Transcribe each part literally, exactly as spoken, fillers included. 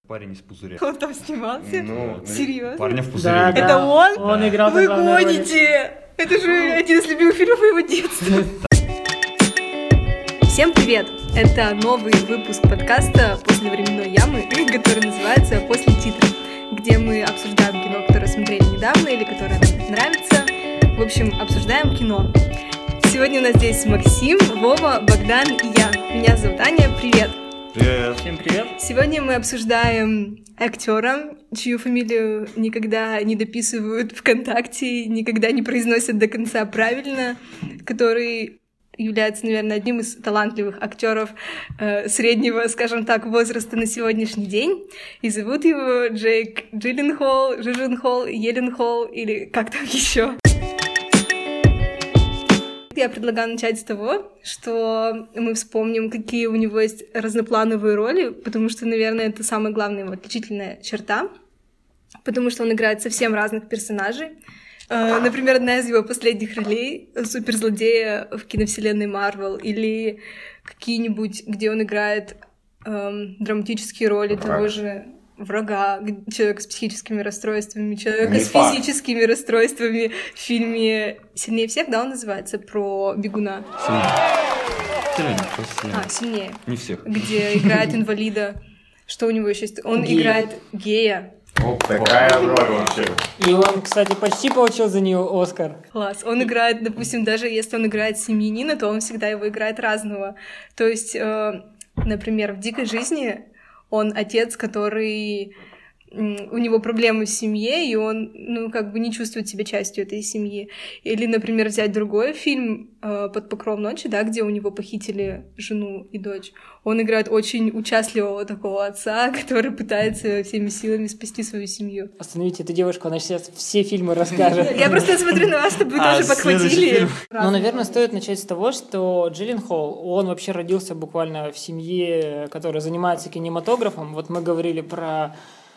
Парень из пузыря. Он там снимался? Ну, серьезно? Парня в пузыре. Да, Это да. он? Он играл Вы главную роль. гоните! Это же один из любимых фильмов моего детства. Всем привет! Это новый выпуск подкаста «После временной ямы», который называется «После титров», где мы обсуждаем кино, которое смотрели недавно или которое нам нравится. В общем, обсуждаем кино. Сегодня у нас здесь Максим, Вова, Богдан и я. Меня зовут Аня. Привет! Привет! Всем привет! Сегодня мы обсуждаем актера, чью фамилию никогда не дописывают ВКонтакте, никогда не произносят до конца правильно, который является, наверное, одним из талантливых актеров э, среднего, скажем так, возраста на сегодняшний день. И зовут его Джейк Джилленхол, Джилленхол, Еленхол или как там еще. Я предлагаю начать с того, что мы вспомним, какие у него есть разноплановые роли, потому что, наверное, это самая главная его отличительная черта, потому что он играет совсем разных персонажей. Например, одна из его последних ролей — суперзлодея в киновселенной Марвел, или какие-нибудь, где он играет эм, драматические роли Враг. того же врага, человека с психическими расстройствами, человека Не с факт. физическими расстройствами в фильме «Сильнее всех», да, он называется, про бегуна. Сильнее. Сильнее, просто сильнее. А, «Сильнее», Не всех. где играет инвалида. Что у него еще есть? Он Гея. играет гея. Такая роль вообще. И он, кстати, почти получил за нее Оскар. Класс. Он играет, допустим, даже если он играет семьянина, то он всегда его играет разного. То есть, э, например, в «Дикой жизни» он отец, который... У него проблемы в семье, и он, ну, как бы не чувствует себя частью этой семьи. Или, например, взять другой фильм э, «Под покровом ночи», да, где у него похитили жену и дочь. Он играет очень участливого такого отца, который пытается всеми силами спасти свою семью. Остановите эту девушку, она сейчас все фильмы расскажет. Я просто смотрю на вас, чтобы вы А, тоже следующий подхватили. фильм. Ну, наверное, стоит начать с того, что Джилленхол, он вообще родился буквально в семье, которая занимается кинематографом. Вот мы говорили про...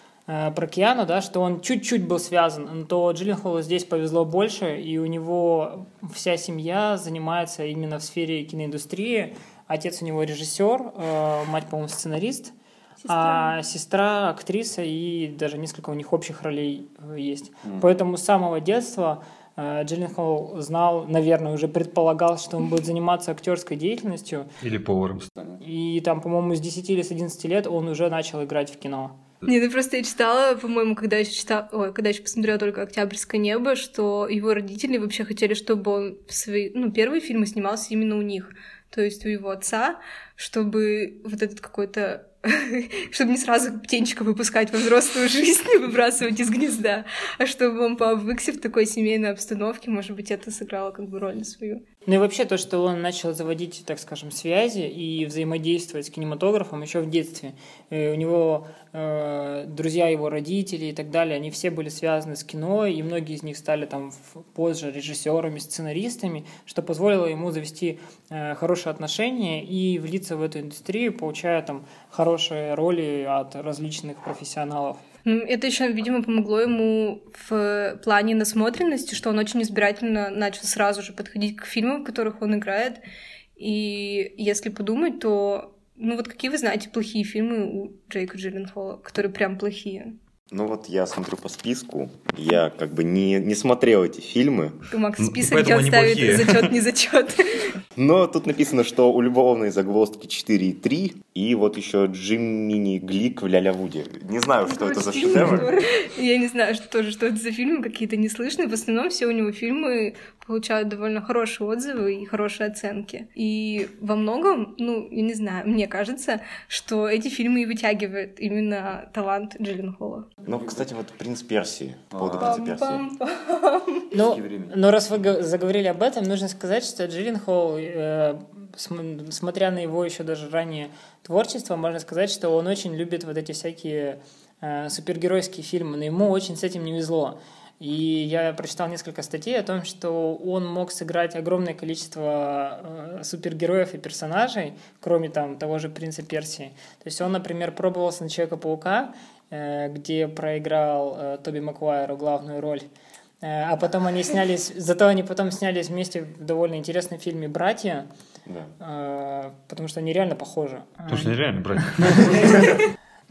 про Киану, да, что он чуть-чуть был связан, то Джилленхолу здесь повезло больше, и у него вся семья занимается именно в сфере киноиндустрии. Отец у него режиссер, мать, по-моему, сценарист, сестра. А сестра актриса, и даже несколько у них общих ролей есть. Mm. Поэтому с самого детства Джилленхол знал, наверное, уже предполагал, что он будет заниматься актерской деятельностью. Или поваром. И там, по-моему, с десяти или с одиннадцати лет он уже начал играть в кино. Не, ну просто я читала, по-моему, когда еще читала, ой, когда еще посмотрела только «Октябрьское небо», что его родители вообще хотели, чтобы он в свои, ну, первые фильмы снимался именно у них, то есть у его отца, чтобы вот этот какой-то, чтобы не сразу птенчика выпускать во взрослую жизнь и выбрасывать из гнезда, а чтобы он пообвыкся в такой семейной обстановке, может быть, это сыграло как бы роль свою. Ну и вообще то, что он начал заводить, так скажем, связи и взаимодействовать с кинематографом еще в детстве. И у него э, друзья его родители и так далее, они все были связаны с кино, и многие из них стали там позже режиссерами, сценаристами, что позволило ему завести э, хорошие отношения и влиться в эту индустрию, получая там хорошие роли от различных профессионалов. Это еще, видимо, помогло ему в плане насмотренности, что он очень избирательно начал сразу же подходить к фильмам, в которых он играет. И если подумать, то, ну вот какие вы знаете плохие фильмы у Джейка Джилленхола, которые прям плохие? Ну вот я смотрю по списку, я как бы не, не смотрел эти фильмы. Макс Ну, список поэтому где он они ставит плохие. зачет, не зачет. Но тут написано, что у любовной загвоздки четыре и три, и вот еще Джимини Глик в Ля-Ля Вуде. Не знаю, что это за шедевр. Я не знаю, что тоже, что это за фильмы, какие-то неслышные. В основном все у него фильмы получают довольно хорошие отзывы и хорошие оценки. И во многом, ну, я не знаю, мне кажется, что эти фильмы и вытягивают именно талант Джилленхола. Ну, кстати, вот «Принц Персии», по поводу «Принца Персии». Пам-пам-пам. Ну, но раз вы га- заговорили об этом, нужно сказать, что Джилленхол, э, см- смотря на его еще даже ранее творчество, можно сказать, что он очень любит вот эти всякие э, супергеройские фильмы, но ему очень с этим не везло. И я прочитал несколько статей о том, что он мог сыграть огромное количество э, супергероев и персонажей, кроме там того же «Принца Персии». То есть он, например, пробовался на «Человека-паука», э, где проиграл э, Тоби Макуайру главную роль. Э, а потом они снялись, зато они потом снялись вместе в довольно интересном фильме «Братья», Да. э, потому что они реально похожи. Потому что они реально братья.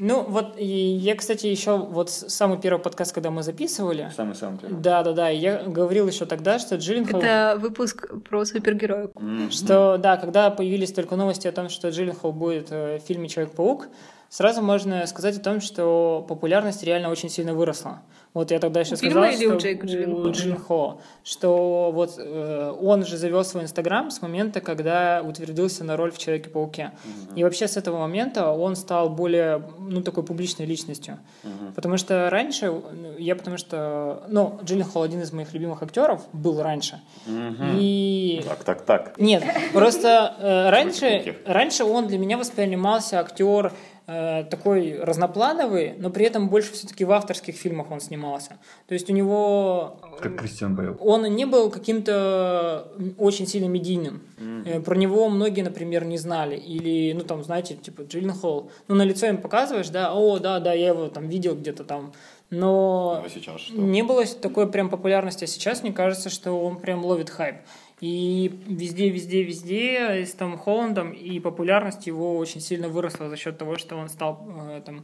Ну, вот и я, кстати, еще вот самый первый подкаст, когда мы записывали. Самый-самый первый. Да, да, да. Я говорил еще тогда, что Джилленхол. Это выпуск про супергероев. М-м. Что, да, когда появились только новости о том, что Джилленхол будет в фильме «Человек-паук», сразу можно сказать о том, что популярность реально очень сильно выросла. Вот я тогда еще У сказал, фильма или что у Джейка Джилленхола? у Джилленхола, что вот э, он же завел свой Инстаграм с момента, когда утвердился на роль в Человеке-пауке. Mm-hmm. И вообще с этого момента он стал более, ну, такой публичной личностью. Mm-hmm. Потому что раньше, я потому что, ну, Джилленхол один из моих любимых актеров был раньше. Mm-hmm. И... Так, так, так. Нет, просто э, раньше, раньше он для меня воспринимался актер э, такой разноплановый, но при этом больше все-таки в авторских фильмах он снимался. То есть у него... Как Кристиан Бейл. Он не был каким-то очень сильно медийным. Mm-hmm. Про него многие, например, не знали. Или, ну, там, знаете, типа Джилленхол. Ну, на лицо им показываешь, да, о, да, да, я его там видел где-то там. Но Ну, а сейчас что? не было такой прям популярности. А сейчас, мне кажется, что он прям ловит хайп. И везде, везде, везде с Томом Холландом, и популярность его очень сильно выросла за счет того, что он стал э, там...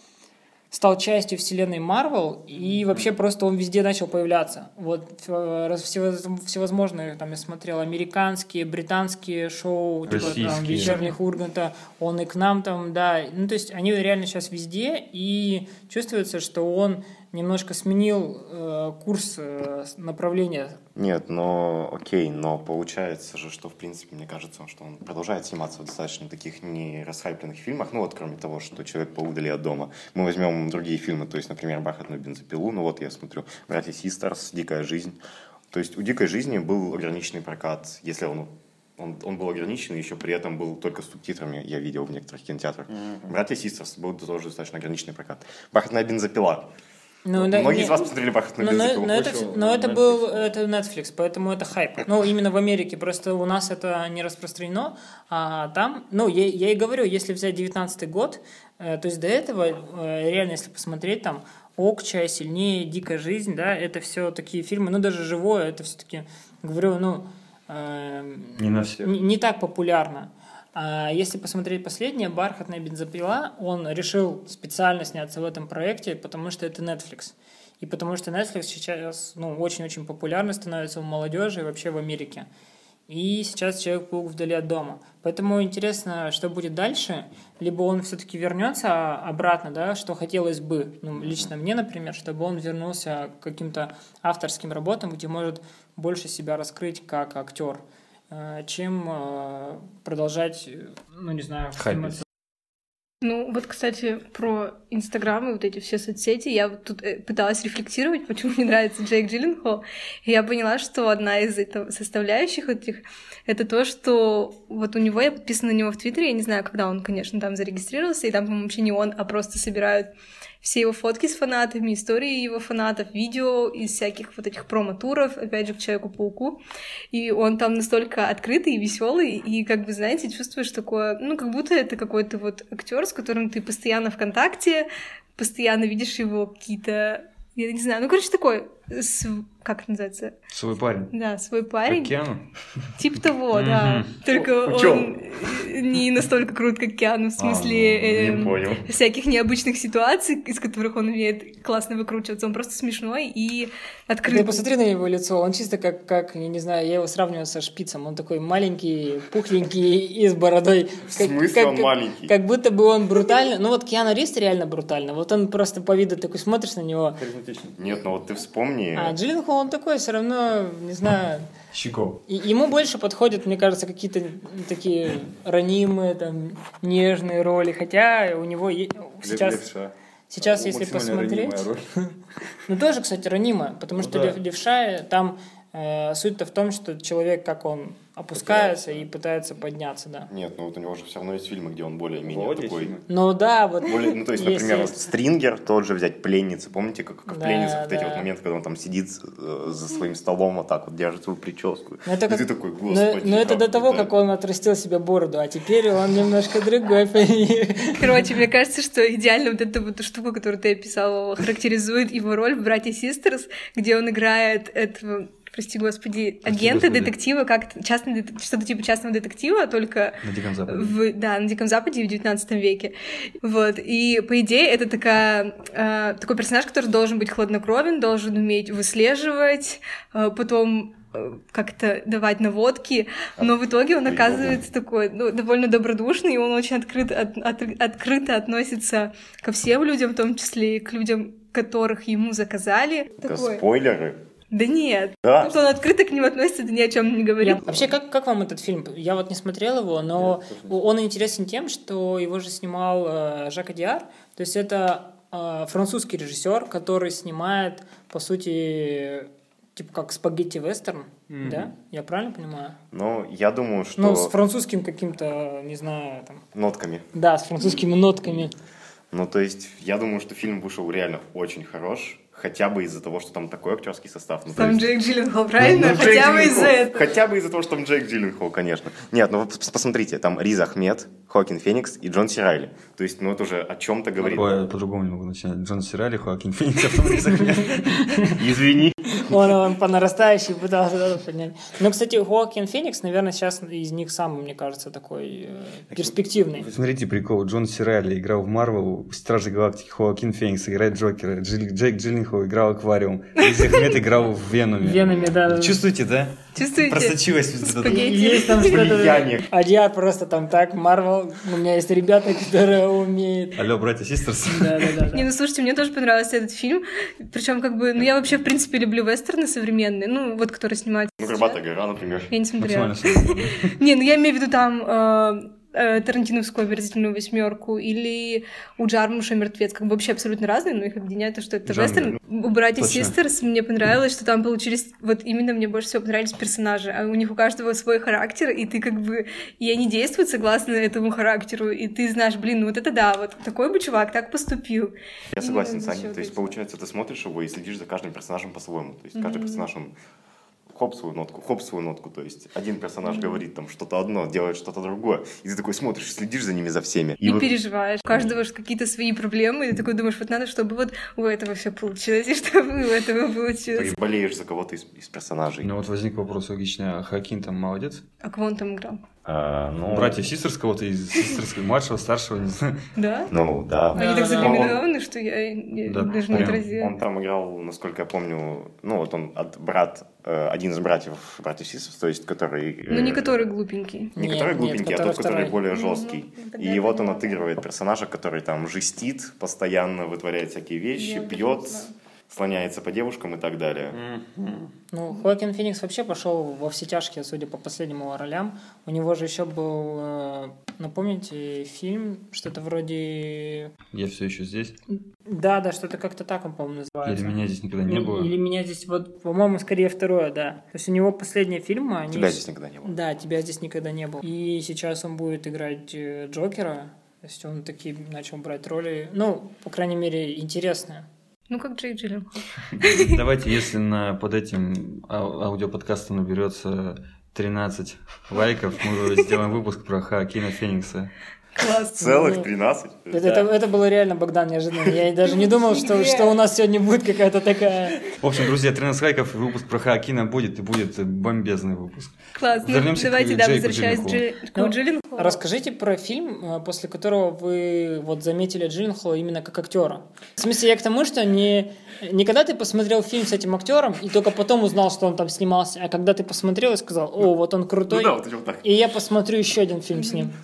стал частью вселенной Марвел, и вообще просто он везде начал появляться. Вот всевозможные, там я смотрел, американские, британские шоу, типа там «Вечерних Урганта», он и к нам там, да. Ну, то есть они реально сейчас везде, и чувствуется, что он немножко сменил э, курс э, направления. Нет, но окей, но получается же, что в принципе, мне кажется, что он продолжает сниматься в достаточно таких не расхайпленных фильмах, ну вот кроме того, что «Человек-паук вдали от дома». Мы возьмем другие фильмы, то есть, например, «Бархатную бензопилу», ну вот я смотрю «Братья Систерс», «Дикая жизнь». То есть у «Дикой жизни» был ограниченный прокат, если он Он, он был ограничен, и еще при этом был только с субтитрами, я видел в некоторых кинотеатрах. Mm-hmm. «Братья Систерс» был тоже достаточно ограниченный прокат. «Бархатная бензопила». Ну, да, Многие не, из вас посмотрели «Бархатную но, бензопилу». Но, но, это, но это был это Netflix, поэтому это хайп. Ну, именно в Америке. Просто у нас это не распространено. А там, ну, я, я и говорю, если взять девятнадцатый год, э, то есть до этого, э, реально, если посмотреть, там, «Окча», «Сильнее», «Дикая жизнь», да, это все такие фильмы, ну, даже «Живое», это все-таки, говорю, ну, э, не на всех. Не, не так популярно. А если посмотреть последнее, «Бархатная бензопила», он решил специально сняться в этом проекте, потому что это Netflix. И потому что Netflix сейчас, ну, очень-очень популярно становится у молодежи и вообще в Америке. И сейчас «Человек-паук вдали от дома». Поэтому интересно, что будет дальше. Либо он все-таки вернется обратно, да, что хотелось бы, ну, лично мне, например, чтобы он вернулся к каким-то авторским работам, где может больше себя раскрыть как актер, чем продолжать, ну, не знаю, хайпить. Ну, вот, кстати, про Инстаграм и вот эти все соцсети. Я вот тут пыталась рефлексировать, почему мне нравится Джейк Джилленхол. И я поняла, что одна из этого составляющих этих — это то, что вот у него, я подписана на него в Твиттере, я не знаю, когда он, конечно, там зарегистрировался, и там, по-моему, вообще не он, а просто собирают все его фотки с фанатами, истории его фанатов, видео из всяких вот этих промо-туров, опять же, к Человеку-пауку. И он там настолько открытый и веселый, и, как бы, знаете, чувствуешь такое, ну, как будто это какой-то вот актер, с которым ты постоянно в контакте, постоянно видишь его какие-то, я не знаю, ну, короче, такой, с... как это называется? Свой парень. Да, свой парень. Как Киану? Типа того, да. Только он не настолько крут, как Киану, в смысле всяких необычных ситуаций, из которых он умеет классно выкручиваться. Он просто смешной и открытый. Ты посмотри на его лицо, он чисто как, как, я не знаю, я его сравниваю со Шпицем. Он такой маленький, пухленький и с бородой. В смысле он маленький? Как будто бы он брутально. Ну вот Киану Ривз реально брутально. Вот он просто по виду такой смотришь на него. Нет, ну вот ты вспомни. А Джилленхол, он такой все равно, не знаю... Щеков. И ему больше подходят, мне кажется, какие-то такие ранимые, там, нежные роли. Хотя у него е... сейчас... Сейчас, если посмотреть... Ну, тоже, кстати, ранимая. Потому что левша, там суть-то в том, что человек, как он опускается и пытается подняться, да. Нет, ну вот у него же все равно есть фильмы, где он более-менее такой... Ну да, вот... Более, ну то есть, например, вот «Стрингер», тот же взять «Пленницы». Помните, как, как да, «Пленница», вот да. эти вот моменты, когда он там сидит э, за своим столом вот так вот, держит свою прическу. Но это и как... ты такой, господи. Но, но это до того, да. как он отрастил себе бороду, а теперь он немножко другой. Короче, мне кажется, что идеально вот эта вот штука, которую ты описала, характеризует его роль в «Братья Систерс», где он играет этого... прости господи, Прости агента, господи. детектива, как частный, дет- что-то типа частного детектива, только На Диком Западе. в, да, на Диком Западе в девятнадцатом веке. Вот. И, по идее, это такая, э, такой персонаж, который должен быть хладнокровен, должен уметь выслеживать, э, потом э, как-то давать наводки, но в итоге он оказывается такой, ну, довольно добродушный, и он очень открыт, от- от- открыто относится ко всем людям, в том числе и к людям, которых ему заказали. Это Такой. спойлеры. Да нет. Да. Что он открыто к ним относится, это ни о чем не говорит. Вообще, как, как вам этот фильм? Я вот не смотрел его, но он интересен тем, что его же снимал э, Жак Одиар. То есть это э, французский режиссер, который снимает, по сути, типа как спагетти-вестерн, Мгм. да? Я правильно понимаю? Но я думаю, что... Ну, с французским каким-то, не знаю, там... Нотками. Да, с французскими нотками. Ну, то есть, я думаю, что фильм вышел реально очень хорош, хотя бы из-за того, что там такой актерский состав. Ну, то Там есть- Джейк Джилленхол, правильно? Ну, Джейк Хотя бы Джилленхол. из-за этого. Хотя бы из-за того, что там Джейк Джилленхол, конечно. Нет, ну вы пос- посмотрите, там Риз Ахмед, Хоакин Феникс и Джон Си Райли. То есть, ну это уже о чем-то говорит. Ой, по-другому не могу начинать. Джон Си Райли, Хоакин Феникс, а потом Рис Ахмед. Извини. Он, он по нарастающей пытался это поднять. Ну, кстати, Хоакин Феникс, наверное, сейчас из них самый, мне кажется, такой э, перспективный. Вы смотрите прикол. Джон Си Райли играл в Марвел, Стражи Галактики, Хоакин Феникс играет Джокера, Джиль- Джейк Джилленхол играл Аквариум, Рис Ахмед играл в Веноме. В Веноме, да. Чувствуете, да? Чувствуете? Просочилась вот эта- Спагетти. Есть там что-то... Влияние. Адиар просто там так, Марвел, у меня есть ребята, которые умеют. Алло, братья, систерс. Да-да-да. Не, ну слушайте, мне тоже понравился этот фильм. Причем, как бы, ну я вообще, в принципе, люблю вестерны современные, ну, вот, которые снимают. Ну, «Горбатая гора», например. Я не смотрела. Максимально сложно. Не, ну я имею в виду там э, э, Тарантиновскую омерзительную восьмерку или у Джармуша мертвец, как бы вообще абсолютно разные, но их объединяет то, что это Жанры. вестерн. У братьев Точно. Систерс мне понравилось, что там получились, вот именно мне больше всего понравились персонажи, а у них у каждого свой характер, и ты как бы, и они действуют согласно этому характеру, и ты знаешь, блин, ну вот это да, вот такой бы чувак так поступил. Я согласен Ну, с за Аней. счёт То есть, этого. получается, ты смотришь его и следишь за каждым персонажем по-своему. То есть, каждый персонаж, он хоп свою нотку, хоп свою нотку. То есть, один персонаж говорит там что-то одно, делает что-то другое. И ты такой смотришь, следишь за ними, за всеми. И вот- переживаешь. У каждого же какие-то свои проблемы, и ты такой думаешь, вот надо, чтобы вот у этого все получилось, и чтобы у этого получилось. Ты болеешь за кого-то из, из персонажей. Ну вот возник вопрос логичный, а Хоакин там молодец? А кого он там играл? А, ну, Братья Систерс кого-то из Систерс, младшего, старшего, не знаю. Да? Ну, да. Они так Да, да. запеленгованы, что я, я Да, даже не прям. отразила. Он там играл, насколько я помню, ну вот он от брат, э, один из братьев, братьев Сисов, то есть который... э, Ну, не который глупенький. Не Нет, который нет, глупенький, а который тот, который второй. более Ну, жесткий. ну, тогда И я вот он поняла. отыгрывает персонажа, который там жестит, постоянно вытворяет всякие вещи, Я пьет, тоже знаю. слоняется по девушкам и так далее. Ну, Хоакин Феникс вообще пошел во все тяжкие, судя по последним его ролям. У него же еще был, э, напомните, фильм, что-то вроде... Я все еще здесь. Да, да, что-то как-то так он, по-моему, называется. Или меня здесь никогда не было. Или меня здесь, вот, по-моему, скорее второе, да. То есть у него последние фильмы, они... Тебя здесь никогда не было. Да, тебя здесь никогда не было. И сейчас он будет играть э, Джокера. То есть он такие начал брать роли, ну, по крайней мере, интересные. Ну, как Джейк Джилленхол. Давайте, если на, под этим ау- аудиоподкастом наберется тринадцать лайков, мы сделаем выпуск про Хоакина Феникса. Класс. Целых тринадцать? Это, это, это было реально, Богдан, неожиданно. Я даже не думал, что, что у нас сегодня будет какая-то такая... В общем, друзья, тринадцать лайков, и выпуск про Хоакина будет, и будет бомбезный выпуск. Класс. Ну, Вернемся к давайте, да, Джейку возвращаясь к Джилленхолу. Джи- к Ну, Джилленхолу. Расскажите про фильм, э, после которого вы вот заметили Джилленхола именно как актера. В смысле, я к тому, что не, не когда ты посмотрел фильм с этим актером и только потом узнал, что он там снимался, а когда ты посмотрел и сказал, о, вот он крутой, Ну да, вот вот так. и я посмотрю еще один фильм с ним.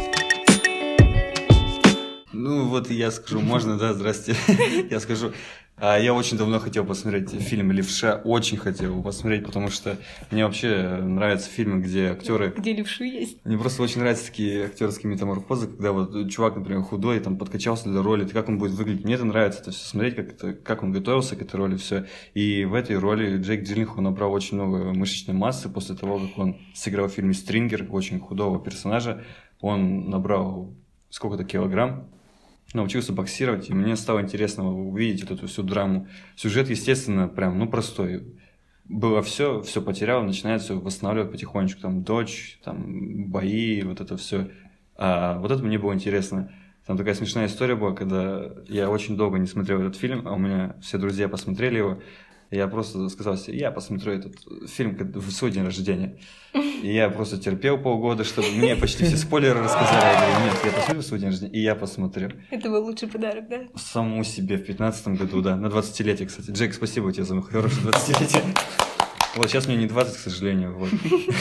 Ну вот я скажу, можно, да, здрасте, я скажу. А, я очень давно хотел посмотреть фильм «Левша», очень хотел его посмотреть, потому что мне вообще нравятся фильмы, где актеры... Где левши есть. Мне просто очень нравятся такие актерские метаморфозы, когда вот чувак, например, худой, там, подкачался для роли, как он будет выглядеть. Мне это нравится, это все смотреть, как, это, как он готовился к этой роли, все. И в этой роли Джейк Джилленхол набрал очень много мышечной массы после того, как он сыграл в фильме «Стрингер», очень худого персонажа. Он набрал сколько-то килограмм, научился боксировать, и мне стало интересно увидеть вот эту всю драму. Сюжет, естественно, прям, ну, простой. Было все, все потерял, начинает все восстанавливать потихонечку. Там дочь, там бои, вот это все. А вот это мне было интересно. Там такая смешная история была, когда я очень долго не смотрел этот фильм, а у меня все друзья посмотрели его. Я просто сказал себе, я посмотрю этот фильм в свой день рождения. И я просто терпел полгода, чтобы мне почти все спойлеры рассказали. Я говорю, нет, я посмотрю в свой день рождения, и я посмотрю. Это был лучший подарок, да? Самому себе в пятнадцатом году, да, на двадцатилетие, кстати. Джейк, спасибо тебе за мое хорошее двадцатилетие. Вот, сейчас мне не двадцать, к сожалению. Вот.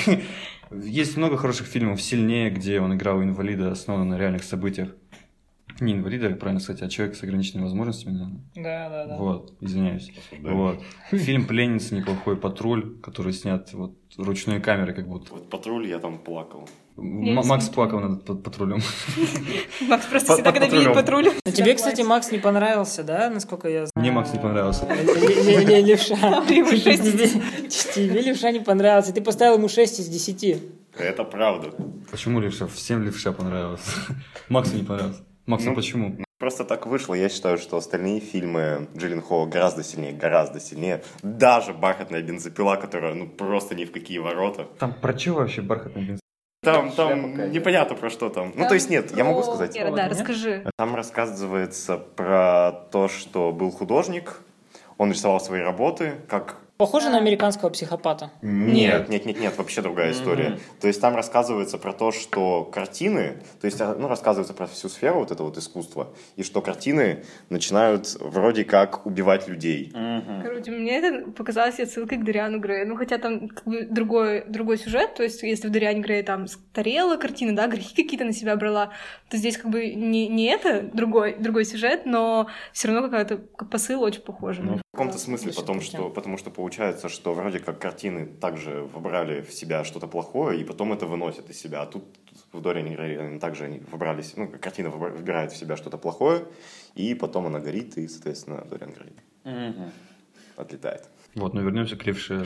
Есть много хороших фильмов, «Сильнее», где он играл инвалида, основано на реальных событиях. Не инвалида, правильно сказать, а человек с ограниченными возможностями, наверное. Да, да, да. Вот, извиняюсь. Да. Вот. Фильм «Пленница», неплохой, «Патруль», который снят вот ручной камерой, как будто. Вот «Патруль» я там плакал. М- Макс плакал над пат- патрулем. Макс просто всегда, когда видит патруль. Но тебе, кстати, Макс не понравился, да, насколько я знаю? Мне Макс не понравился. Не, левша. Ему шесть из Тебе левша не понравился. Ты поставил ему шесть из десяти. Это правда. Почему левша? Всем левша понравился. Максу не понравился. Максу Ну, почему? Просто так вышло. Я считаю, что остальные фильмы Джилленхола гораздо сильнее, гораздо сильнее. Даже «Бархатная бензопила», которая ну просто ни в какие ворота. Там про что вообще «Бархатный бензопила»? Там, там непонятно про что там. Ну, то есть нет, я могу сказать. Вера, да, расскажи. Там рассказывается про то, что был художник, он рисовал свои работы, как... Похоже на американского психопата. Нет, нет, нет, нет, вообще другая история. То есть там рассказывается про то, что картины, то есть, ну, рассказывается про всю сферу вот этого вот искусства, и что картины начинают вроде как убивать людей. Короче, мне это показалось отсылкой к Дориану Грею. Ну, хотя там как бы другой, другой сюжет, то есть если в Дориане Грее там старела картина, да, грехи какие-то на себя брала, то здесь как бы не, не это, другой, другой сюжет, но все равно какая-то посыл очень похожий. Ну, в каком-то смысле, потому что, потому что получается, что вроде как картины также вобрали в себя что-то плохое, и потом это выносят из себя. А тут в Дориане Грее они также они вобрались, ну, картина выбирает в себя что-то плохое, и потом она горит, и, соответственно, Дориан Грей отлетает. Вот, но вернемся к левше.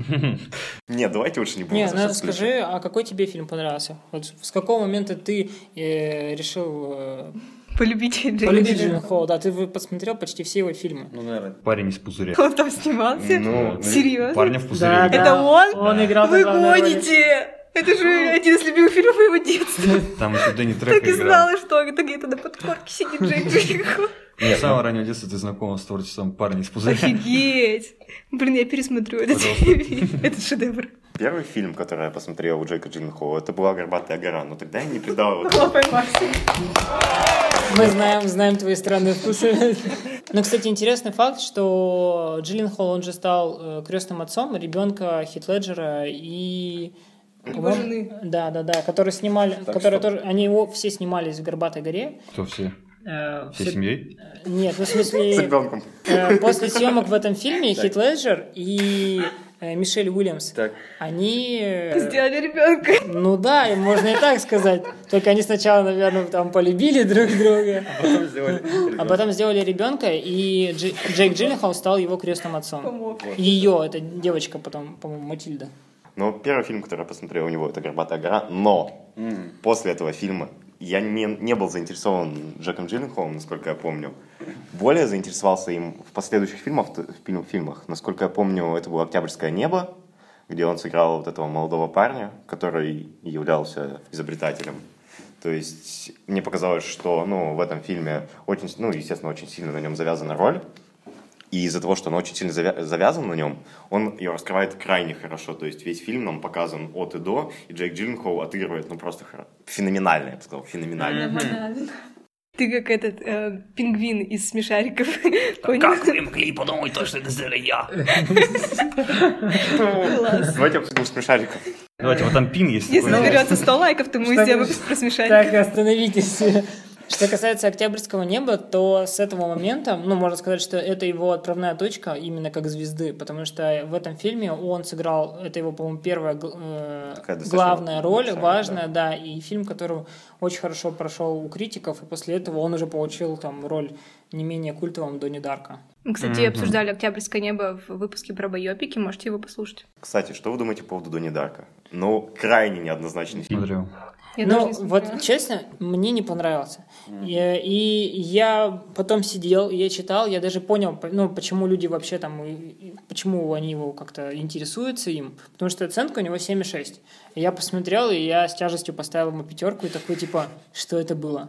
Нет, давайте лучше не будем. Не, ну скажи, а какой тебе фильм понравился? Вот с какого момента ты э, решил э, Полюбить Джейка полюбить Джилленхола. Джилленхола? Да, ты посмотрел почти все его фильмы. Ну, наверное, парень из пузыря. Он там снимался? Ну, Серьезно? Парня в пузыре. Да, играл. Это он? Он играл Вы на главной роли. гоните! Это же один из любимых фильмов моего детства. Там еще Дэнни Так Трехо и играл. знала, что где-то на подкорке сидит Джейк Джилленхол. С самого раннего детства ты знакома с творчеством «Парня из пузыря». Офигеть! Блин, я пересмотрю этот фильм. Это шедевр. Первый фильм, который я посмотрел у Джейка Джилленхола, это была «Горбатая гора», но тогда я не придал его. Хлопай, Максим. Мы знаем, знаем твои странные вкусы. Но, кстати, интересный факт, что Джилленхол, он же стал крестным отцом ребенка Хит Леджера и... Его жены. Да, да, да, которые снимали, Так которые что? тоже, они его все снимались в «Горбатой горе». Кто все? Э, Всей все- семьей? Нет, ну в С смысле, ребенком. э, после съемок в этом фильме Хит Леджер и э, Мишель Уильямс, Так. они... э, Сделали ребенка. Ну да, и можно и так сказать. Только они сначала, наверное, там полюбили друг друга, Потом сделали. а потом сделали ребенка, и Джей- Джейк Джилленхол стал его крестным отцом. Помог. Ее, это девочка потом, по-моему, Матильда. Но первый фильм, который я посмотрел у него, это «Горбатая гора», но после этого фильма я не, не был заинтересован Джеком Джилленхолом, насколько я помню. Более заинтересовался им в последующих фильмах, в фильм- фильмах. Насколько я помню, это было «Октябрьское небо», где он сыграл вот этого молодого парня, который являлся изобретателем. То есть мне показалось, что ну, в этом фильме, очень, ну, естественно, очень сильно на нем завязана роль. И из-за того, что он очень сильно завя- завязан на нем, он ее раскрывает крайне хорошо. То есть весь фильм нам показан от и до, и Джейк Джилленхол отыгрывает, ну, просто хоро- феноменально, я бы сказал, феноменально. Ты как этот э, пингвин из смешариков. Понял? Как вы могли подумать, то, что это сделали я? Класс. Давайте обсудим смешариков. Давайте, вот там пин есть. Если такой. наберется сто лайков, то мы Что сделаем вы- про смешариков. Так, остановитесь. Что касается «Октябрьского неба», то с этого момента, ну, можно сказать, что это его отправная точка именно как звезды, потому что в этом фильме он сыграл, это его, по-моему, первая гл- э, Такая достаточно главная роль, большая, важная, да. и фильм, который очень хорошо прошел у критиков, и после этого он уже получил там роль не менее культовым Донни Дарка. Мы, кстати, обсуждали «Октябрьское небо» в выпуске про байопики, можете его послушать. Кстати, что вы думаете по поводу Донни Дарка? Ну, крайне неоднозначный фильм. Смотрел. Я Ну, тоже не смотрела. вот честно, мне не понравился. И, и я потом сидел, я читал, я даже понял, ну, почему люди вообще там, и- и почему они его как-то интересуются им. Потому что оценка у него семь и шесть. И я посмотрел, и я с тяжестью поставил ему пятерку, и такой, типа, что это было?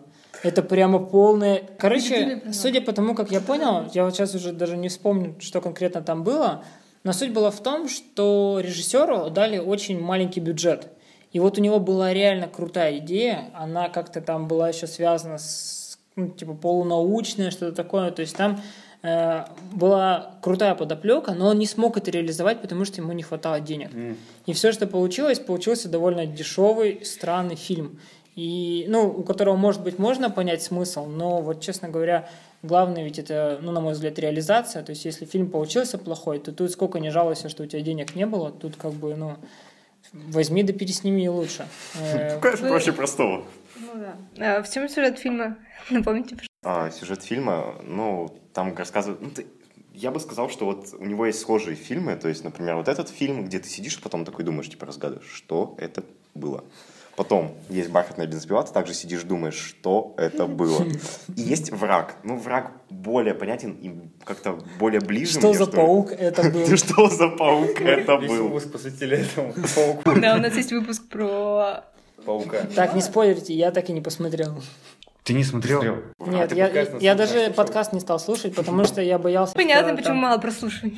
Это прямо полное... Короче, судя по тому, как я понял, я вот сейчас уже даже не вспомню, что конкретно там было, но суть была в том, что режиссеру дали очень маленький бюджет. И вот у него была реально крутая идея, она как-то там была еще связана с, ну, типа, полунаучная, что-то такое, то есть там э, была крутая подоплека, но он не смог это реализовать, потому что ему не хватало денег. Mm. И все, что получилось, получился довольно дешевый, странный фильм, и, ну, у которого, может быть, можно понять смысл, но вот, честно говоря, главное ведь это, ну, на мой взгляд, реализация, то есть если фильм получился плохой, то тут сколько не жалуйся, что у тебя денег не было, тут как бы, ну... Возьми да пересними лучше. Конечно, проще простого. Ну да. А в чем сюжет фильма? Напомните, пожалуйста. А, сюжет фильма, ну, там рассказывают... Ну, ты... Я бы сказал, что вот у него есть схожие фильмы, то есть, например, вот этот фильм, где ты сидишь, потом такой думаешь, типа, разгадываешь, что это было. Потом есть «Бархатная бензопила», ты также сидишь, думаешь, что это было. И есть «Враг». Ну, «Враг» более понятен и как-то более ближе. Что за паук это был? Что за паук это был? Весь выпуск посвятили этому пауку. Да, у нас есть выпуск про... Паука. Так, не спойлерите, я так и не посмотрел. Ты не смотрел? Нет, я, я даже подкаст не стал слушать, потому что я боялся... Понятно, что почему там... мало прослушиваний.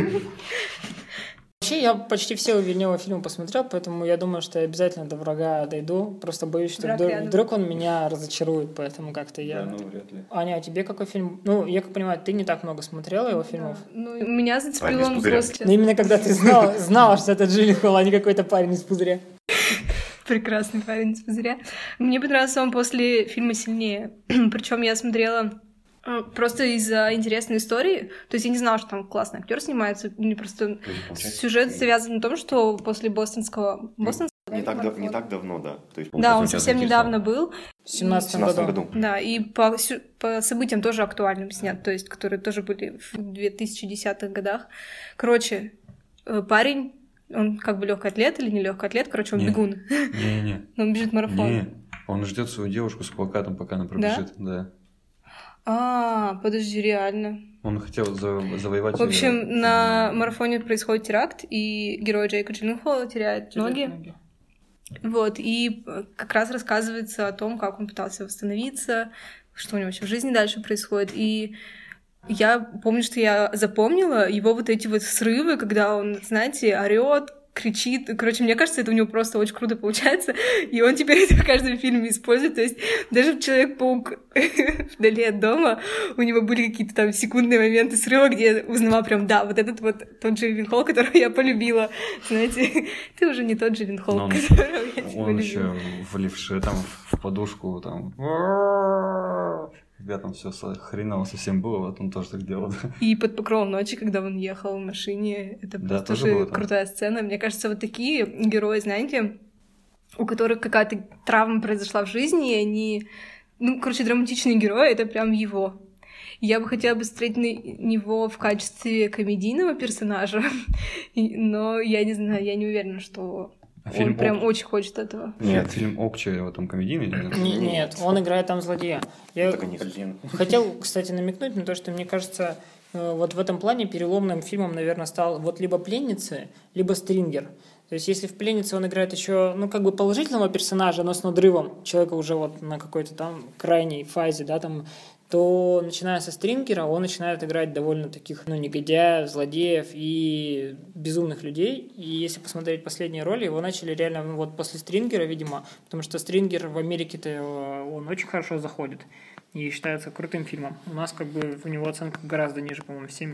Вообще, я почти все Вильнёва фильмы посмотрел, поэтому я думаю, что я обязательно до «Врага» дойду. Просто боюсь, что вдруг, вдруг он меня разочарует, поэтому как-то я... Да, ну, вряд ли. Аня, а тебе какой фильм? Ну, я как понимаю, ты не так много смотрела его фильмов. Да. Ну, меня зацепил он после... Но именно когда ты знала, знала, что это Джилленхол, а не какой-то парень из пузыря. Прекрасный парень из пузыря. Мне понравился он после фильма «Сильнее». Причем я смотрела... Просто из-за интересной истории. То есть я не знала, что там классный актер снимается. Мне просто сюжет завязан на том, что после бостонского... Бостонского не, так дав... не так давно, да. То есть, да, он совсем недавно был. В семнадцатом году. году. Да, и по, по событиям тоже актуальным снят, то есть которые тоже были в две тысячи десятых годах. Короче, парень, он как бы легкий атлет или не легкий атлет, короче, он не. бегун. Не-не. Он бежит марафон. Не, он ждет свою девушку с плакатом, пока она пробежит. Да? Да. А, подожди, реально. Он хотел заво- завоевать... В общем, ее... на марафоне происходит теракт, и герой Джейка Джилленхола теряет, теряет ноги. ноги. Вот, и как раз рассказывается о том, как он пытался восстановиться, что у него вообще в жизни дальше происходит. И я помню, что я запомнила его вот эти вот срывы, когда он, знаете, орёт, кричит. Короче, мне кажется, это у него просто очень круто получается, и он теперь это в каждом фильме использует. То есть даже в «Человек-паук вдали от дома» у него были какие-то там секундные моменты срыва, где я узнала прям, да, вот этот вот тот Джилленхол, которого я полюбила. Знаете, ты уже не тот Джилленхол, он, которого я тебя Он любила. еще вливший там в подушку, там... Когда там все хреново совсем было, вот он тоже так делал. И под покровом ночи, когда он ехал в машине, это да, просто тоже крутая сцена. Мне кажется, вот такие герои, знаете, у которых какая-то травма произошла в жизни, и они, ну, короче, драматичные герои, это прям его. Я бы хотела бы смотреть на него в качестве комедийного персонажа, но я не знаю, я не уверена, что... А он фильм прям Ок... очень хочет этого. Нет, фильм Окча, его там комедийный? Нет, нет, он играет там злодея. Я хотел, кстати, намекнуть на то, что, мне кажется, вот в этом плане переломным фильмом, наверное, стал вот либо «Пленницы», либо «Стрингер». То есть если в «Пленнице» он играет еще, ну, как бы положительного персонажа, но с надрывом, человека уже вот на какой-то там крайней фазе, да, там, то, начиная со «Стрингера», он начинает играть довольно таких, ну, негодяев, злодеев и безумных людей. И если посмотреть последние роли, его начали реально, ну, вот после «Стрингера», видимо, потому что «Стрингер» в Америке-то он очень хорошо заходит и считается крутым фильмом. У нас как бы у него оценка гораздо ниже, по-моему, семь.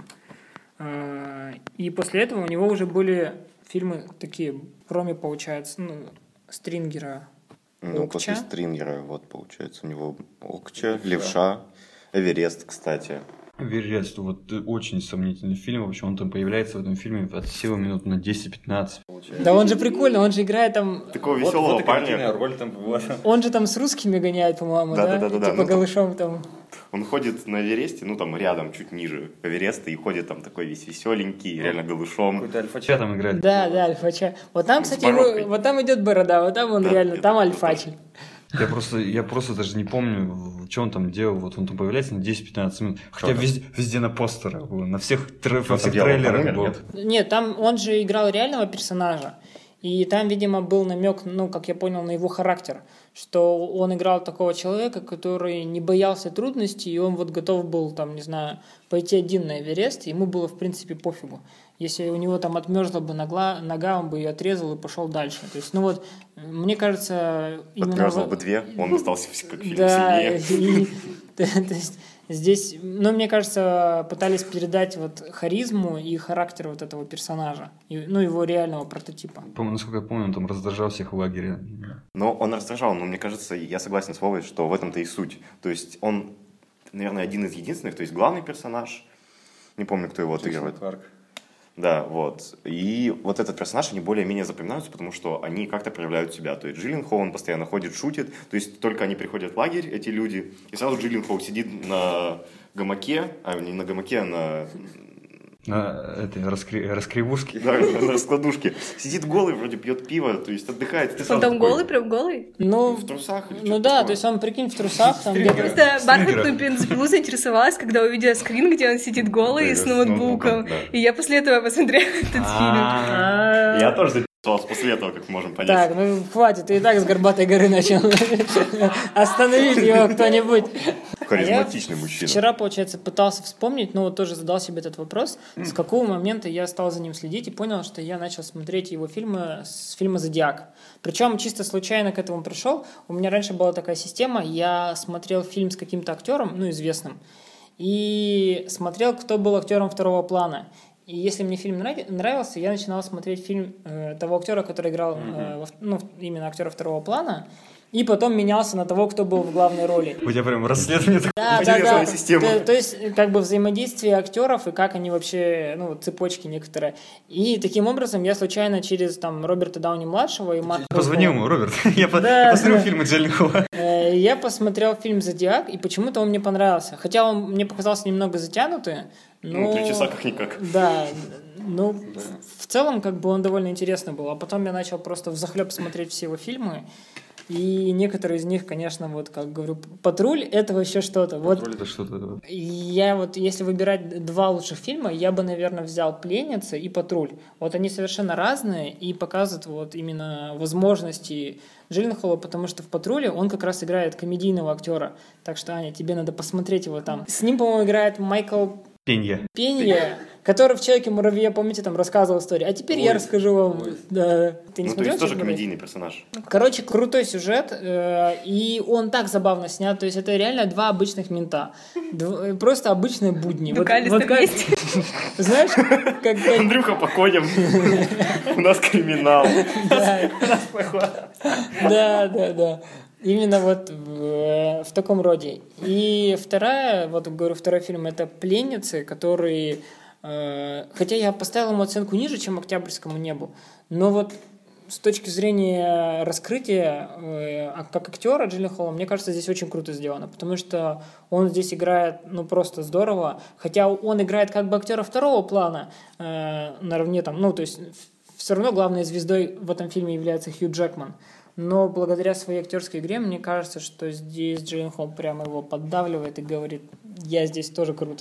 Там. И после этого у него уже были фильмы такие, кроме, получается, ну, «Стрингера», Ну, Окча. после «Стрингера», вот, получается, у него «Окча», «Левша», «Эверест», кстати. «Эверест», вот, очень сомнительный фильм, вообще, он там появляется в этом фильме от силы минут на десять-пятнадцать. Да он же прикольный, он же играет там... Такого вот, веселого вот парня. Роль там была. Он же там с русскими гоняет, по-моему, да? Да, да, да, да. Типа ну, голышом там... Он ходит на Эвересте, ну, там, рядом, чуть ниже Эвереста, и ходит там такой весь веселенький, реально голышом. Какой-то альфача там играет. Да, да, альфача. Вот там, кстати, его, вот там идет борода, вот там он да, реально, там альфачи. Я просто, я просто даже не помню, что он там делал. Вот он там появляется на десять-пятнадцать минут. Хотя везде, везде на постерах было, на всех, трэ- во всех трейлерах был. Нет? нет, там он же играл реального персонажа. И там, видимо, был намек, ну, как я понял, на его характер, что он играл такого человека, который не боялся трудностей, и он вот готов был, там, не знаю, пойти один на Эверест, и ему было, в принципе, пофигу. Если у него там отмерзла бы нога, нога, он бы ее отрезал и пошел дальше. То есть, ну вот, мне кажется... Отмерзла бы две, он остался как фильм да, сильнее. И, то есть, здесь, ну, мне кажется, пытались передать вот харизму и характер вот этого персонажа, и, ну, его реального прототипа. По-моему, насколько я помню, он там раздражал всех в лагере. Но он раздражал, но мне кажется, я согласен с Вовой, что в этом-то и суть. То есть он, наверное, один из единственных, то есть главный персонаж, не помню, кто его отыгрывает. Да, вот. И вот этот персонаж, они более-менее запоминаются, потому что они как-то проявляют себя. То есть Джилленхол, он постоянно ходит, шутит. То есть только они приходят в лагерь, эти люди, и сразу Джилленхол сидит на гамаке, а не на гамаке, а на... На этой раскри... раскривушке. Да, на раскладушке. Сидит голый, вроде пьет пиво, то есть отдыхает. Ты Он там такой, голый, прям голый? Ну, в трусах или ну что-то да, такое. то есть он, прикинь, в трусах, там Я где-то... просто бархатную бензопилу заинтересовалась, когда увидела скрин, где он сидит голый Да, с с ноутбуком. ноутбуком, да. И я после этого посмотрела этот фильм. А, Я тоже заинтересовался после этого, как можем понять. Так, ну хватит, ты и так с горбатой горы начал. Остановить его кто-нибудь. Харизматичный Я мужчина. Вчера, получается, пытался вспомнить, но вот тоже задал себе этот вопрос, с какого момента я стал за ним следить и понял, что я начал смотреть его фильмы с фильма «Зодиак». Причем чисто случайно к этому пришел. У меня раньше была такая система, я смотрел фильм с каким-то актером, ну, известным, и смотрел, кто был актером второго плана. И если мне фильм нравился, я начинал смотреть фильм э, того актера, который играл, э, во, ну, именно актера второго плана, и потом менялся на того, кто был в главной роли. у тебя прям расследование такое. Да, да, Интересная да. система. То, то есть, как бы взаимодействие актеров и как они вообще, ну, цепочки некоторые. И таким образом я случайно через там Роберта Дауни-младшего и Марка Позвони Руффало, ему, Роберт. Я по- Да, посмотрю да. фильмы Джилленхола. э, я посмотрел фильм «Зодиак», и почему-то он мне понравился. Хотя он мне показался немного затянутый, но... Ну, три часа как-никак. Да, ну, в целом, как бы он довольно интересный был. А потом я начал просто взахлеб смотреть все его фильмы. И некоторые из них, конечно, вот, как говорю, «Патруль» — это вообще что-то. Вот Это что-то. я вот, если выбирать два лучших фильма, я бы, наверное, взял «Пленница» и «Патруль». Вот они совершенно разные и показывают вот именно возможности Джилленхола, потому что в «Патруле» он как раз играет комедийного актера. Так что, Аня, тебе надо посмотреть его там. С ним, по-моему, играет Майкл Пенья. Пенья, который в «Человеке-муравье», помните, там рассказывал историю. А теперь я расскажу вам. Да. Ты не Ну, то смотрел есть тоже «Человек-муравей»? комедийный персонаж. Короче, крутой сюжет, э, и он так забавно снят. То есть это реально два обычных мента. Дв- просто обычные будни. Вот- Дукалис вот на как- месте. Знаешь, как... как- Андрюха, походим. У нас криминал. Да, да, да, да. Именно вот в, в таком роде. И вторая, вот говорю, второй фильм — это «Пленницы», который... э, хотя я поставил ему оценку ниже, чем «Октябрьскому небу», но вот с точки зрения раскрытия э, как актера Джилленхола, мне кажется, здесь очень круто сделано, потому что он здесь играет, ну, просто здорово, хотя он играет как бы актера второго плана, э, наравне там, ну, то есть все равно главной звездой в этом фильме является Хью Джекман. Но благодаря своей актерской игре, мне кажется, что здесь Джилленхол прямо его поддавливает и говорит: я здесь тоже крут.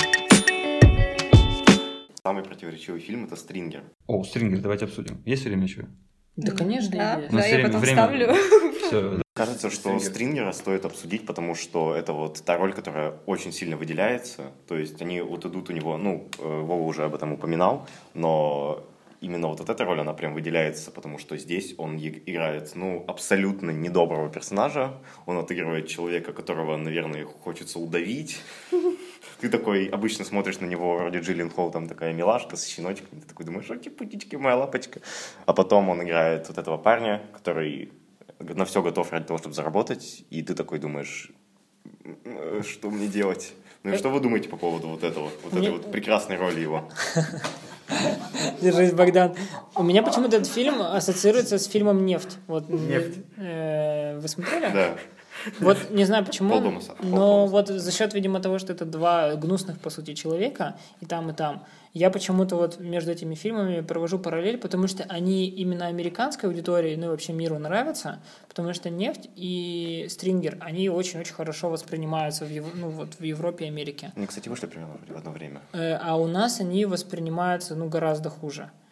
Самый противоречивый фильм — это «Стрингер». О, «Стрингер», давайте обсудим. Есть время еще? Да, конечно, Да, есть. Ну, да, я время- потом время- ставлю. Все. Кажется, что «Стрингера» стоит обсудить, потому что это вот та роль, которая очень сильно выделяется. То есть они вот идут у него, ну, э, Вова уже об этом упоминал, но именно вот эта роль, она прям выделяется, потому что здесь он е- играет, ну, абсолютно недоброго персонажа. Он отыгрывает человека, которого, наверное, хочется удавить. Ты такой обычно смотришь на него, вроде Джилленхол, там такая милашка с щеночком, ты такой думаешь: оки-путички, моя лапочка. А потом он играет вот этого парня, который на все готов ради того, чтобы заработать, и ты такой думаешь: «М, что мне делать? Ну и что вы думаете по поводу вот этого, вот этой вот прекрасной роли его? Держись, Богдан. У меня почему-то этот фильм ассоциируется с фильмом «Нефть». Вот, «Нефть». э, вы смотрели? Да. Вот не знаю почему, Пол Томаса. Пол но Томаса. вот за счет, видимо, того, что это два гнусных, по сути, человека, и там, и там, я почему-то вот между этими фильмами провожу параллель, потому что они именно американской аудитории, ну и вообще миру нравятся, потому что «Нефть» и «Стрингер», они очень-очень хорошо воспринимаются в, Ев- ну, вот в Европе и Америке. Они, кстати, вышли примерно в одно время. Э, А у нас они воспринимаются, ну, гораздо хуже.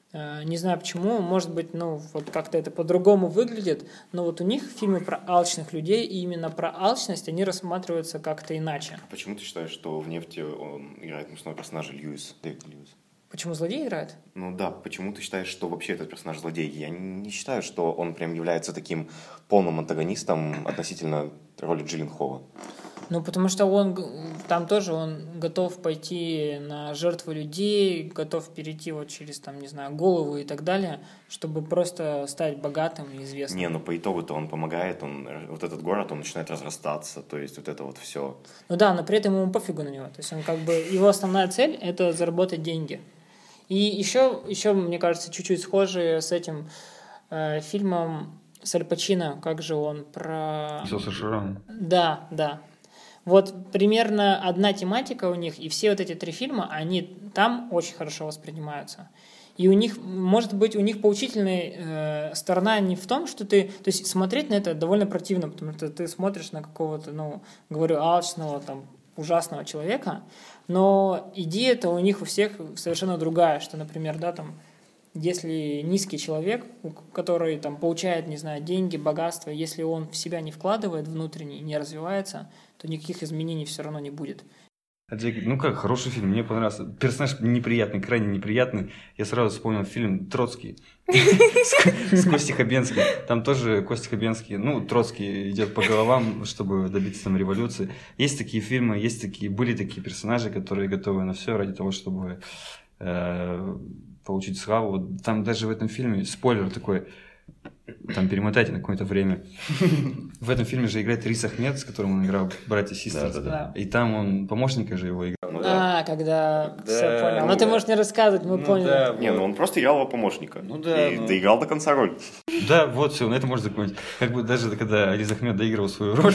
Не знаю почему, может быть, ну, вот как-то это по-другому выглядит, но вот у них фильмы про алчных людей, и именно про алчность, они рассматриваются как-то иначе. А почему ты считаешь, что в «Нефти» он играет мужского персонажа Льюис, Дэвид Льюис? Почему злодей играет? Ну да, почему ты считаешь, что вообще этот персонаж злодей? Я не считаю, что он прям является таким полным антагонистом относительно роли Джилленхола. Ну, потому что он там тоже он готов пойти на жертву людей, готов перейти вот через, там, не знаю, голову и так далее, чтобы просто стать богатым и известным. Не, ну по итогу-то он помогает, он, вот этот город, он начинает разрастаться, то есть вот это вот все. Ну да, но при этом ему пофигу на него. То есть он как бы, его основная цель — это заработать деньги. И еще, еще мне кажется, чуть-чуть схожие с этим э, фильмом с Аль Пачино, как же он про... Все со Шрамом. Да, да. Вот примерно одна тематика у них, и все вот эти три фильма, они там очень хорошо воспринимаются. И у них, может быть, у них поучительная э, сторона не в том, что ты... То есть смотреть на это довольно противно, потому что ты смотришь на какого-то, ну, говорю, алчного, там, ужасного человека, но идея-то у них у всех совершенно другая, что, например, да, там, если низкий человек, который там получает, не знаю, деньги, богатство, если он в себя не вкладывает внутренне и не развивается, то никаких изменений все равно не будет. Ну как, хороший фильм, мне понравился. Персонаж неприятный, крайне неприятный. Я сразу вспомнил фильм «Троцкий» с Костей Хабенским. Там тоже Костя Хабенский, ну, Троцкий идет по головам, чтобы добиться там революции. Есть такие фильмы, есть такие, были такие персонажи, которые готовы на все ради того, чтобы получить славу. Там даже в этом фильме, спойлер такой, там перемотайте на какое-то время. В этом фильме же играет Риз Ахмед, с которым он играл «Братья и сестры». Да, да, да. И там он помощника же его играл. Ну, да. А, когда... Да, Все, понял. ну Но ты да. можешь не рассказывать, мы Ну поняли. да, Не, ну он просто играл его помощника. Ну да, И ну. доиграл до конца роль. Да, вот все, на это можно закончить. Как бы даже когда Риз Ахмед доигрывал свою роль,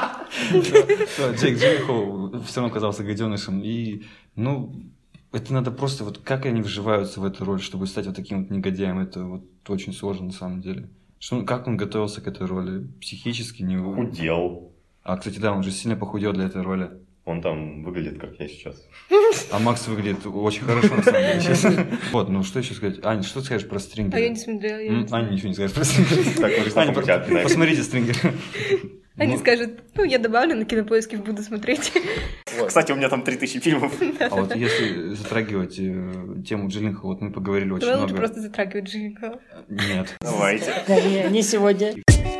Джейк Джилленхол все равно казался гаденышем. И, ну, это надо просто, вот как они вживаются в эту роль, чтобы стать вот таким вот негодяем, это вот очень сложно на самом деле. Что, как он готовился к этой роли? Психически не... Худел. А, кстати, да, он же сильно похудел для этой роли. Он там выглядит, как я сейчас. А Макс выглядит очень хорошо, на самом деле, сейчас. Вот, ну что еще сказать? Аня, что ты скажешь про «Стрингера»? А я не смотрела. я не М, смотрела. Аня ничего не скажет про «Стрингера». Так, мы Аня, снова посмотрите «Стрингера». Они Ну, скажут, ну, я добавлю на Кинопоиске, буду смотреть. Кстати, у меня там три тысячи фильмов. А вот если затрагивать э, тему Джилленхола, вот мы поговорили очень Давай лучше много... просто затрагивать Джилленхола. Нет. Давайте. Да, не, не сегодня.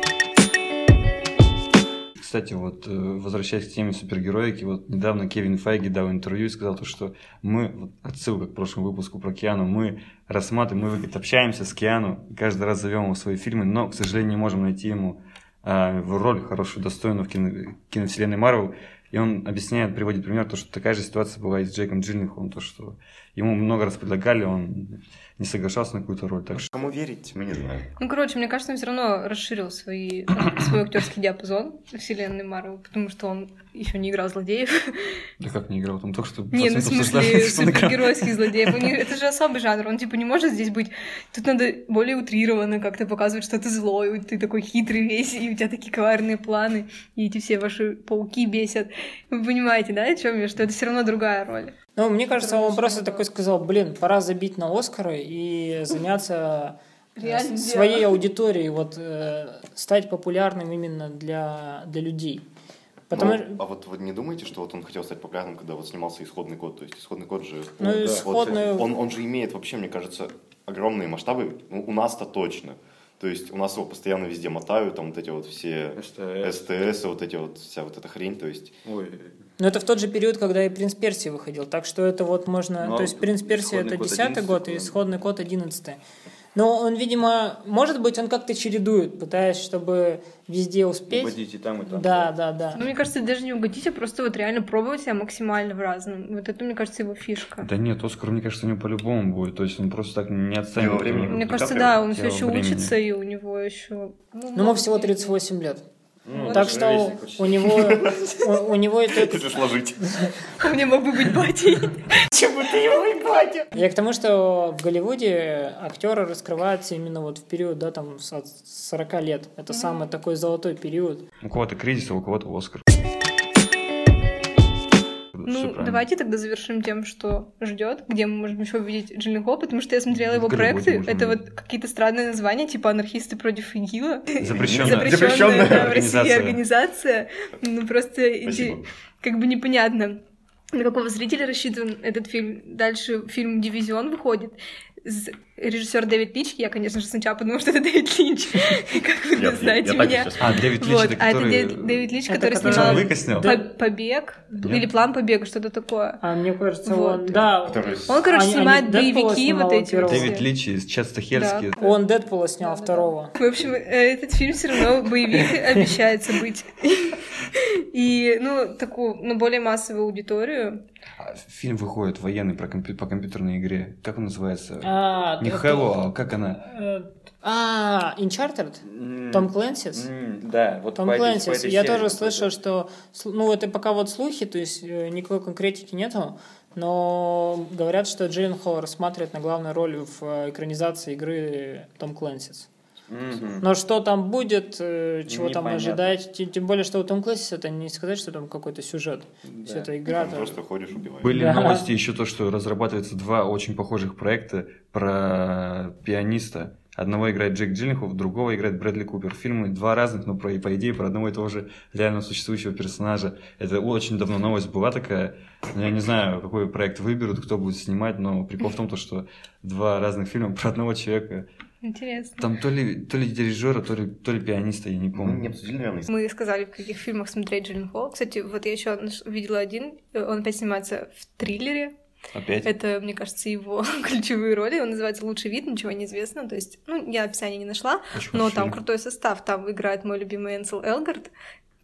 Кстати, вот э, возвращаясь к теме супергероики, вот недавно Кевин Файги дал интервью и сказал то, что мы, вот отсылка к прошлому выпуску про Киану, мы рассматриваем, мы говорит, общаемся с Киану, каждый раз зовем его в свои фильмы, но, к сожалению, не можем найти ему э, в роль хорошую, достойную в кино, киновселенной Марвел. И он объясняет, приводит пример, то, что такая же ситуация была и с Джейком Джилленхолом, то, что ему много раз предлагали, он не соглашался на какую-то роль. Так что... Кому верить, мы не знаем. Ну, короче, мне кажется, он все равно расширил свои, свой актерский диапазон вселенной Марвел, потому что он еще не играл злодеев. Да как не играл? Там только что... Не, ну в смысле супергеройских злодеев. Это же особый жанр, он типа не может здесь быть... Тут надо более утрированно как-то показывать, что ты злой, ты такой хитрый весь, и у тебя такие коварные планы, и эти все ваши пауки бесят. Вы понимаете, да, о чем я? Что это все равно другая роль. Ну, мне кажется, он просто такой сказал, блин, пора забить на Оскары и заняться э, Реальным своей делом. аудиторией, вот э, стать популярным именно для, для людей. Потому... Ну, а вот вы не думаете, что вот он хотел стать популярным, когда вот снимался «Исходный код»? То есть «Исходный код» же... Ну, вот, «Исходный...» он, он же имеет вообще, мне кажется, огромные масштабы. Ну, у нас-то точно. То есть у нас его постоянно везде мотают, там вот эти вот все СТС, вот эти вот, вся вот эта хрень, то есть... Ой. Но это в тот же период, когда и «Принц Персии» выходил, так что это вот можно... Ну, То есть «Принц Персии» это «Исходный код» десятый год, и одиннадцатый, «Исходный код» одиннадцатый. Но он, видимо, может быть, он как-то чередует, пытаясь, чтобы везде успеть. Угодить и там, и там. Да, да, да. Ну, мне кажется, даже не угодить, а просто вот реально пробовать себя максимально в разном. Вот это, мне кажется, его фишка. Да нет, Оскар, мне кажется, у него по-любому будет. То есть он просто так не отстанет. Его времени. Мне Ди кажется, Каприо? да, он все Тело еще времени. учится, и у него еще... Ну, ему всего тридцать восемь лет. Ну, Так это что ровесник почти. у него, у, у него это... Это же сложить. Он мне мог бы быть батей. Чем бы ты его и батя? Я к тому, что в Голливуде актеры раскрываются именно вот в период, да, там, с от сорока лет. Это самый такой золотой период. У кого-то кризис, а у кого-то Оскар. Ну, Ну, правильно. давайте тогда завершим тем, что ждет, где мы можем еще увидеть Джилленхол, потому что я смотрела его В Голливуде проекты. можем Это увидеть. вот какие-то странные названия, типа «Анархисты против ИГИЛа». Запрещенная. Запрещенная да, в России организация. организация. Ну, просто Спасибо. иди- как бы непонятно, на какого зрителя рассчитан этот фильм. Дальше фильм «Дивизион» выходит. З- Режиссер Дэвид Линч. Я, конечно же, сначала подумала, что это Дэвид Линч. Как вы Я- знаете я так и меня. сейчас А, Дэвид Линч, Вот, это а это который... Дэвид Дэвид Линч, Это который который- снимал Джон Уика снял? По- «Побег» Нет? или «План побега», что-то такое. А мне кажется, Вот. он, да, Который- Он, короче, Они- снимает они Дэдпула боевики снимал вот эти вот первого. все. Дэвид Линч из Чад Стахельский. Да. он Дэдпула снял Да-да-да. второго. В общем, э, этот фильм все равно боевик обещается быть. И, ну, такую, ну, более массовую аудиторию. А, Фильм выходит военный про компью- по компьютерной игре. Как он называется? А, Не это- Halo, а как она? э, А, Uncharted? Том Клэнсис? М, Да, вот Том по этой- по Клэнсис. этой Я серии тоже какой-то. слышал, что... сл- Ну, это пока вот слухи, то есть э, никакой конкретики нету, но говорят, что Джилленхол рассматривает на главную роль в э, экранизации игры Том Клэнсис. Мгм. Но что там будет, э, чего там Непонятно. ожидать, тем, тем более, что у Том Клэнсис это не сказать, что там какой-то сюжет. Все это игра. Там просто ходишь, убиваешь. Были Да. новости еще то, что разрабатывается два очень похожих проекта про пианиста. Одного играет Джейк Джилленхол, другого играет Брэдли Купер. Фильмы два разных, но про, по идее про одного и того же реально существующего персонажа. Это очень давно новость была такая. Я не знаю, какой проект выберут, кто будет снимать, но прикол в том, то, что два разных фильма про одного человека. Интересно. Там то ли, то ли дирижера, то ли, то ли пианиста, я не Мы помню. не обсудили, наверное, Мы сказали, в каких фильмах смотреть Джилленхол. Кстати, вот я еще видела один. Он опять снимается в триллере. Опять? Это, мне кажется, его ключевые роли. Он называется «Лучший вид», ничего не известно. То есть, ну, я описание не нашла, Очень но хороший там фильм. крутой состав. Там играет мой любимый Энсел Элгард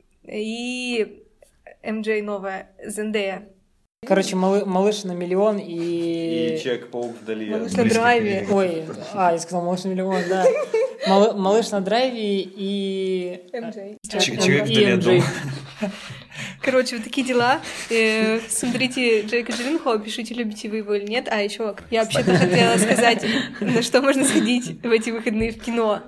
и эм джей новая, Зендея. Короче, малы- малыш на миллион и... И Человек-паук вдали. Малыш от на близких драйве. людей. Ой, а, я сказал малыш на миллион, да. Мал- малыш на драйве и... эм джей. э, Ч- э, человек и вдали от эм джей. дома. Короче, вот такие дела. Э, Смотрите Джейка Джилленхола, пишите, любите вы его или нет. А еще я вообще-то хотела сказать, на что можно сходить в эти выходные в кино.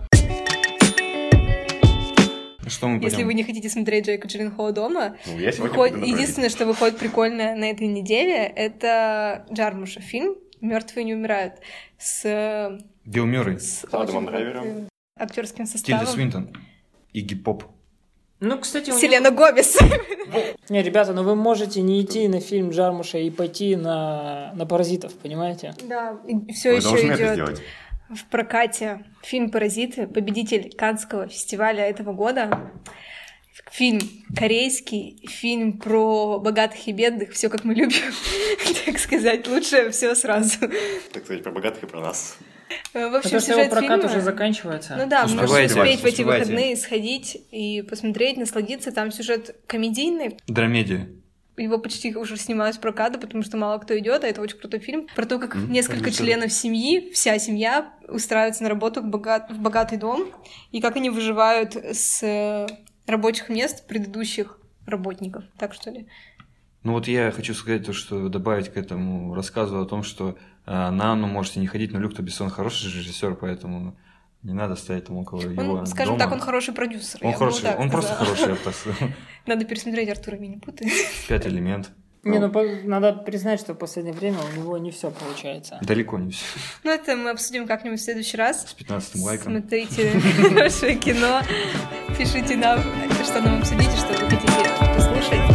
Что мы Если пойдем? вы не хотите смотреть Джейка Джилленхола дома, Ну, я сегодня выходит- пойду на единственное, что выходит прикольное на этой неделе, это Джармуша фильм «Мертвые не умирают» с, Билл Мюррей, с Адамом очень Драйвером. крутым актерским Тильда составом. Свинтон, Игги Поп. Ну, кстати, у него- Селена Гомес. Не, ребята, ну вы можете не идти на фильм Джармуша и пойти на, на «Паразитов», понимаете? Да, все Вы еще должны это идет сделать. в прокате фильм «Паразиты», победитель Каннского фестиваля этого года. Фильм корейский, фильм про богатых и бедных, все как мы любим, так сказать, лучше все сразу. Так сказать, про богатых и про нас. В общем, Потому что его сюжет прокат фильма... уже заканчивается. Ну да, Успевайте, можно успеть в эти успевайте. выходные сходить и посмотреть, насладиться. Там сюжет комедийный. Драмедия. Его почти уже снимают с проката, потому что мало кто идет, а это очень крутой фильм. Про то, как Мгм, несколько конечно. членов семьи, вся семья устраивается на работу к бога- в богатый дом, и как они выживают с э, рабочих мест предыдущих работников. Так что ли? Ну вот я хочу сказать то, что добавить к этому рассказу о том, что э, на Анну можете не ходить, но Люк Бессон хороший режиссер, поэтому не надо стоять там около его Он, скажем дома. так, он хороший продюсер. Он я бы хороший, вот так он просто сказала. хороший, я бы так сказал. Надо пересмотреть Артура Минипуты. Пять элемент. Не, ну по- надо признать, что в последнее время у него не все получается. Далеко не все. Ну, это мы обсудим как-нибудь в следующий раз. С пятнадцатым лайком. Смотрите наше кино, пишите нам, что нам обсудить, и что вы хотите послушать.